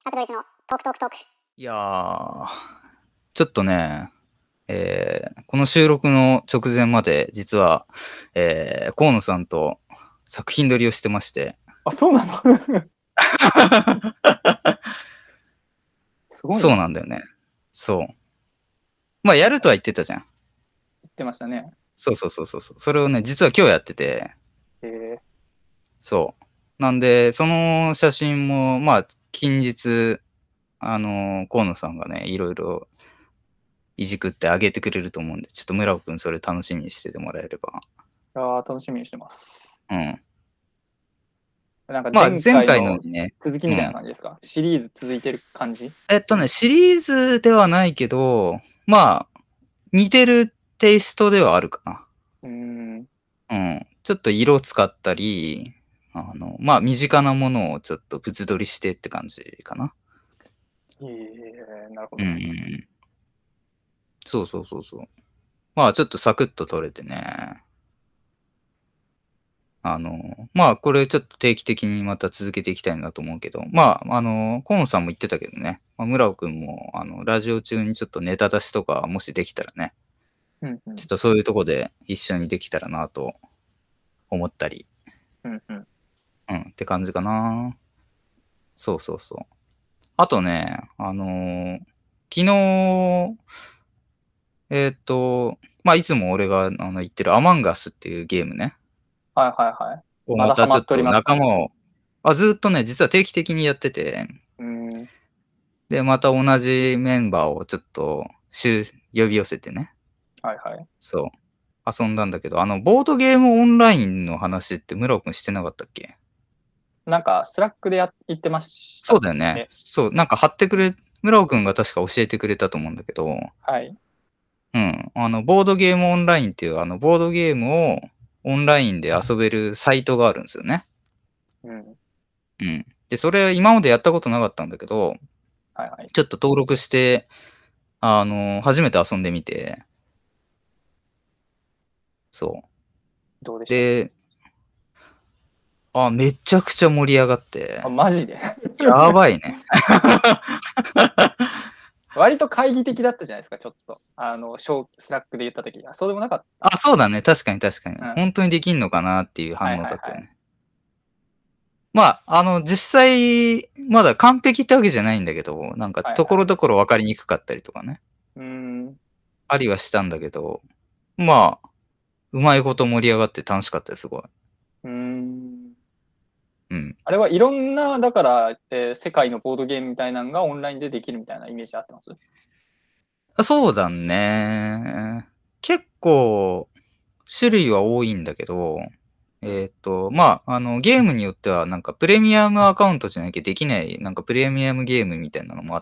サクドリスのトークトークトーク。 いやー、ちょっとね、この収録の直前まで実は、河野さんと作品撮りをしてまして。 あ、そうなのすごいな。 そうなんだよね。そう。まあ、やるとは言ってたじゃん。 言ってましたね。 そう。それをね、実は今日やってて。そう。なんで、その写真も、まあ、近日、河野さんがね、いろいろいじくってあげてくれると思うんで、ちょっと村尾くんそれ楽しみにしててもらえれば。 楽しみにしてます。 うん。 なんかまあ、前回ののね、 続きみたいな感じですか、シリーズ続いてる感じ？ シリーズではないけど、まあ、似てるテイストではあるかな。うん。ちょっと色使ったり、まあ、身近なものをちょっと物撮りしてって感じかな。 なるほど。 そう。まあ、ちょっとサクッと撮れてね。まあ、これちょっと定期的にまた続けていきたいなと思うけど、まあ、河野さんも言ってたけどね、まあ、村尾くんも、ラジオ中にちょっとネタ出しとか、もしできたらね、ちょっとそういうとこで一緒にできたらなと思ったり、って感じかな。そう。あとね、昨日、まあ、いつも俺が言ってるアマンガスっていうゲームね。 はい。 またちょっと仲間を、ずっとね、実は定期的にやってて、で、また同じメンバーをちょっと呼び寄せてね。そう。遊んだんだけど、ボードゲームオンラインの話って村尾くんしてなかったっけ？ なんか、スラックで言ってました。 そうだよね。そう、なんか村尾くんが確か教えてくれたと思うんだけど、 はい。 ボードゲームオンラインっていう、ボードゲームをオンラインで遊べるサイトがあるんですよね。で、それ今までやったことなかったんだけど、ちょっと登録して、初めて遊んでみて、そう。 どうでした？ で、めちゃくちゃ盛り上がって。 マジでやばいね。 割と懐疑的だったじゃないですか、ちょっと。スラックで言ったとき。そうでもなかった？ そうだね。確かに。本当にできんのかなっていう反応だったよね。まあ、実際、まだ完璧ってわけじゃないんだけど、なんか、ところどころ分かりにくかったりとかね。ありはしたんだけど、まあ、うまいこと盛り上がって楽しかったです、すごい。 あれはいろんな、だから、世界のボードゲームみたいなのがオンラインでできるみたいなイメージあってます？ そうだね。結構、種類は多いんだけど、まあ、ゲームによっては、なんかプレミアムアカウントじゃなきゃできない、なんかプレミアムゲームみたいなのもあって、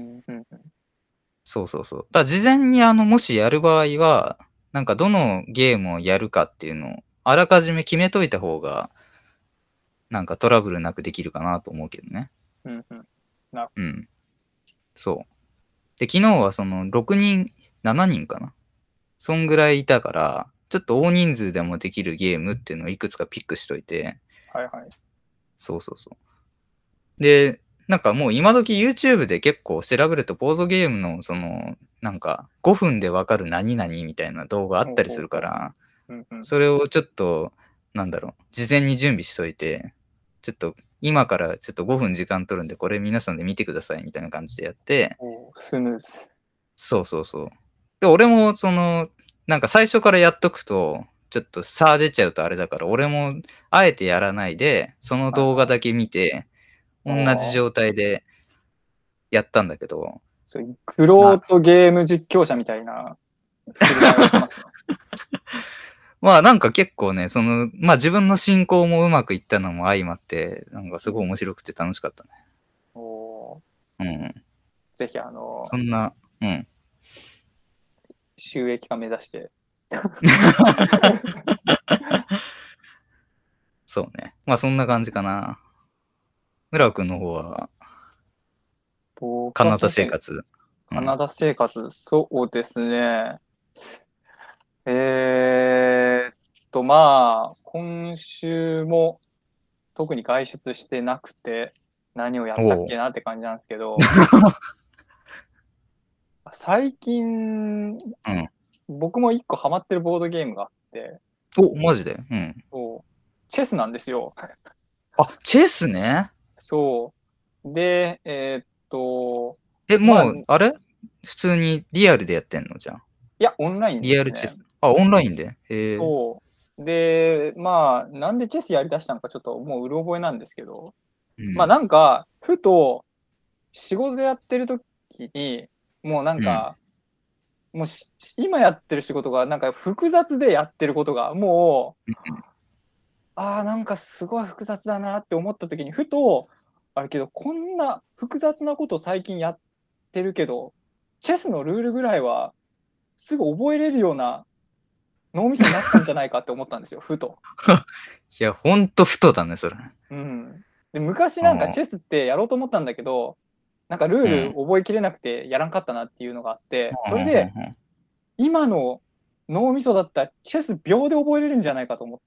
そう。だから事前にもしやる場合は、なんかどのゲームをやるかっていうのを、あらかじめ決めといた方が、なんかトラブルなくできるかなと思うけどね。そう。で、昨日はその6人、7人かな。そんぐらいいたから、ちょっと大人数でもできるゲームっていうのをいくつかピックしといて。そう。で、なんかもう今時 YouTube で結構調べるとボードゲームのその、なんか5分でわかる何々みたいな動画あったりするから、それをちょっと、なんだろう、事前に準備しといて、ちょっと今からちょっと5分時間取るんで、これ皆さんで見てくださいみたいな感じでやって、 スムーズ。 そう。で、俺もその、なんか最初からやっとくと、ちょっと差出ちゃうとあれだから、俺もあえてやらないで、その動画だけ見て、同じ状態でやったんだけど。 クロートゲーム実況者みたいな振る舞いをしてますね。 まあなんか結構ね、まあ自分の進行もうまくいったのも相まって、なんかすごい面白くて楽しかったね。 ぜひそんな、 収益化目指して。 そうね。まあそんな感じかな。村尾くんの方は、カナダ生活。 カナダ生活、そうですね。まあ、今週も特に外出してなくて、 何をやったっけなって感じなんですけど、最近、僕も一個ハマってるボードゲームがあって。 お、マジで？ そう。チェスなんですよ。 あ、チェスね。 そう。で、 もう、あれ普通にリアルでやってんのじゃん。 いや、オンラインですね。 リアルチェス。あ、オンラインで。 そう。で、まあ、なんでチェスやりだしたのかちょっともううる覚えなんですけど、まあなんか、ふと仕事やってる時に、もうなんか、もう今やってる仕事がなんか複雑でやってることがもう、なんかすごい複雑だなって思った時にふと、あれけどこんな複雑なこと最近やってるけど、チェスのルールぐらいはすぐ覚えれるような脳みそになったんじゃないかって思ったんですよ、ふと。 いや、ほんとふとだね、それ。 で昔なんかチェスってやろうと思ったんだけど、なんかルール覚えきれなくてやらんかったなっていうのがあって、それで今の脳みそだったらチェス秒で覚えれるんじゃないかと思って、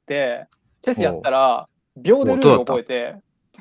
チェスやったら秒でルール覚えて、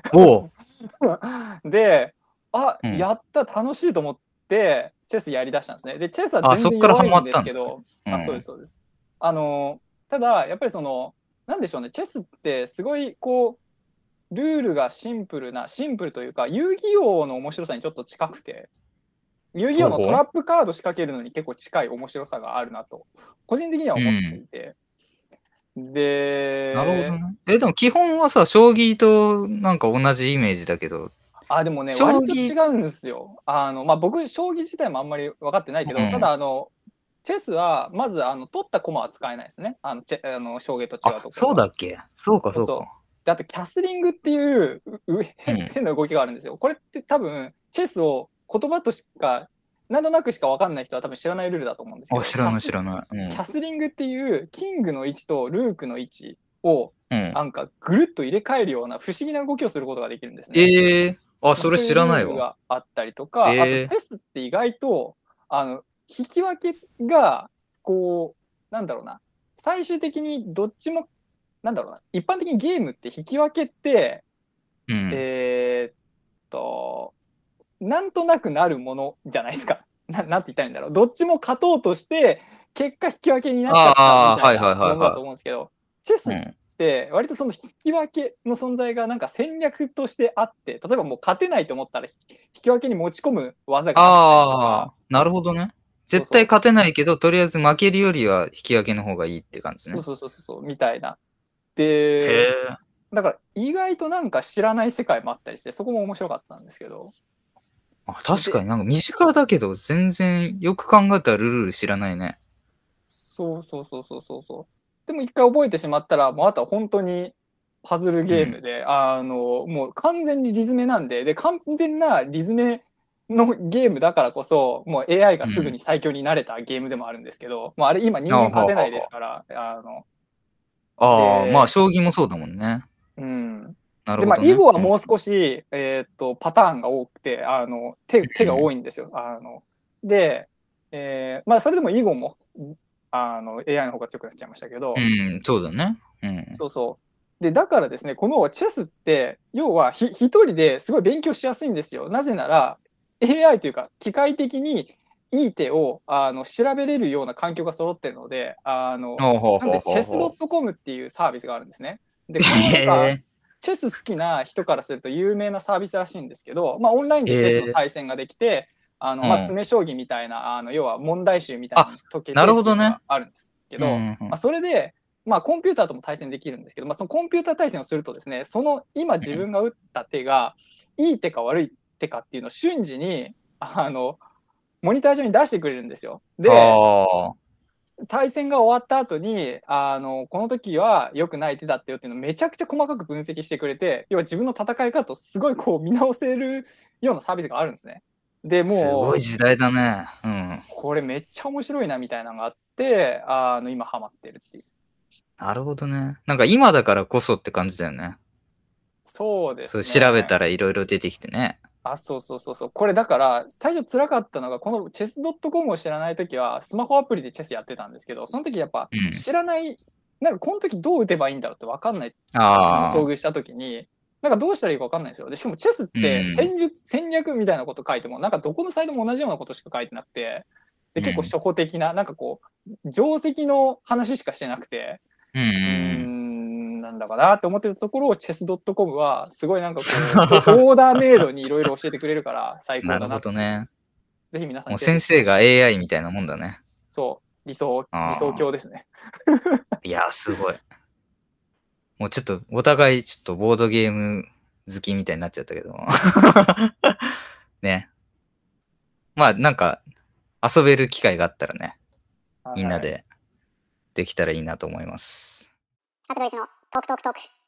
で、やった、楽しいと思ってチェスやりだしたんですね。で、チェスは全然弱いんですけど、そうです、そうです。ただ、やっぱりなんでしょうね、チェスってすごいこう、ルールがシンプルというか、遊戯王の面白さにちょっと近くて、遊戯王のトラップカード仕掛けるのに結構近い面白さがあるなと、個人的には思っていて。で、 なるほどね。でも基本はさ、将棋となんか同じイメージだけど。 でもね、割と違うんですよ。僕、将棋自体もあんまり分かってないけど、ただ、チェスは、まず、取った駒は使えないですね。将棋と違うところは。 そうだっけ？そうか、そうか。 で、あと、キャスリングっていう変な動きがあるんですよ。これって多分、チェスを言葉としか、なんとなくしか分かんない人は多分知らないルールだと思うんですけど、 知らない、知らない。 キャスリングっていう、キングの位置とルークの位置を、なんかぐるっと入れ替えるような不思議な動きをすることができるんですね。 それ知らないわ。 そういうルールがあったりとか、あとテスって意外と引き分けがこうなんだろうな、最終的にどっちもなんだろうな、一般的にゲームって引き分けって、なんとなくなるものじゃないですか。なんて言ったらいいんだろう。どっちも勝とうとして結果引き分けになっちゃったみたいなものだと思うんですけど、チェスって割とその引き分けの存在がなんか戦略としてあって、例えばもう勝てないと思ったら引き分けに持ち込む技があったりとか。 なるほどね。絶対勝てないけど、とりあえず負けるよりは引き分けの方がいいって感じね。 そうみたいな。で、だから意外となんか知らない世界もあったりして、そこも面白かったんですけど。 確かになんか身近だけど、全然よく考えたらルール知らないね。 そう。でも一回覚えてしまったら、もうあとは本当にパズルゲームで、もう完全にリズメなんで、完全なリズメのゲームだからこそ、もう AI がすぐに最強になれたゲームでもあるんですけど、もうあれ今人間勝てないですから、 まあ将棋もそうだもんね。 で、まあ、囲碁はもう少し、パターンが多くて、手が多いんですよ。で、まあ、それでも囲碁も、AI の方が強くなっちゃいましたけど、 そうだね。 そう。で、だからですね、このチェスって、要は一人ですごい勉強しやすいんですよ。なぜなら、AI というか、機械的にいい手を調べれるような環境が揃ってるので、なんで、チェス .com っていうサービスがあるんですね。で、これはなんか、チェス好きな人からすると有名なサービスらしいんですけど、まあ、オンラインでチェスの対戦ができて、まあ、詰め将棋みたいな、要は問題集みたいなの解けてっていうのがあるんですけど、まあ、それで、まあ、コンピューターとも対戦できるんですけど、まあ、そのコンピューター対戦をするとですね、その今自分が打った手がいい手か悪い手かっていうのを瞬時にモニター上に出してくれるんですよ。で、対戦が終わった後にこの時は良くない手だったよっていうのをめちゃくちゃ細かく分析してくれて、要は自分の戦い方をすごいこう見直せるようなサービスがあるんですね。でもうすごい時代だね。 これめっちゃ面白いなみたいなのがあって今ハマってるっていう。 なるほどね。なんか今だからこそって感じだよね。 そうですね。 調べたらいろいろ出てきてね。 そう。これだから、最初辛かったのが、このチェス .com を知らないときは、スマホアプリでチェスやってたんですけど、その時やっぱ知らない、なんかこの時どう打てばいいんだろうって分かんない遭遇したときに、 なんかどうしたらいいか分かんないですよ。で、しかもチェスって戦術、戦略みたいなこと書いても、なんかどこのサイトも同じようなことしか書いてなくて、で、結構初歩的な、なんかこう、定石の話しかしてなくて、なんだかなって思ってたところを、チェス .com は、すごいなんかこう、オーダーメイドにいろいろ教えてくれるから、最高だな。なるほどね。 ぜひ皆さん、 もう先生が AI みたいなもんだね。 そう、理想郷ですね。 いや、すごい。もうちょっと、お互いちょっとボードゲーム好きみたいになっちゃったけど。ね。まあ、なんか、遊べる機会があったらね、みんなでできたらいいなと思います。 サクドリスのトークトークトーク。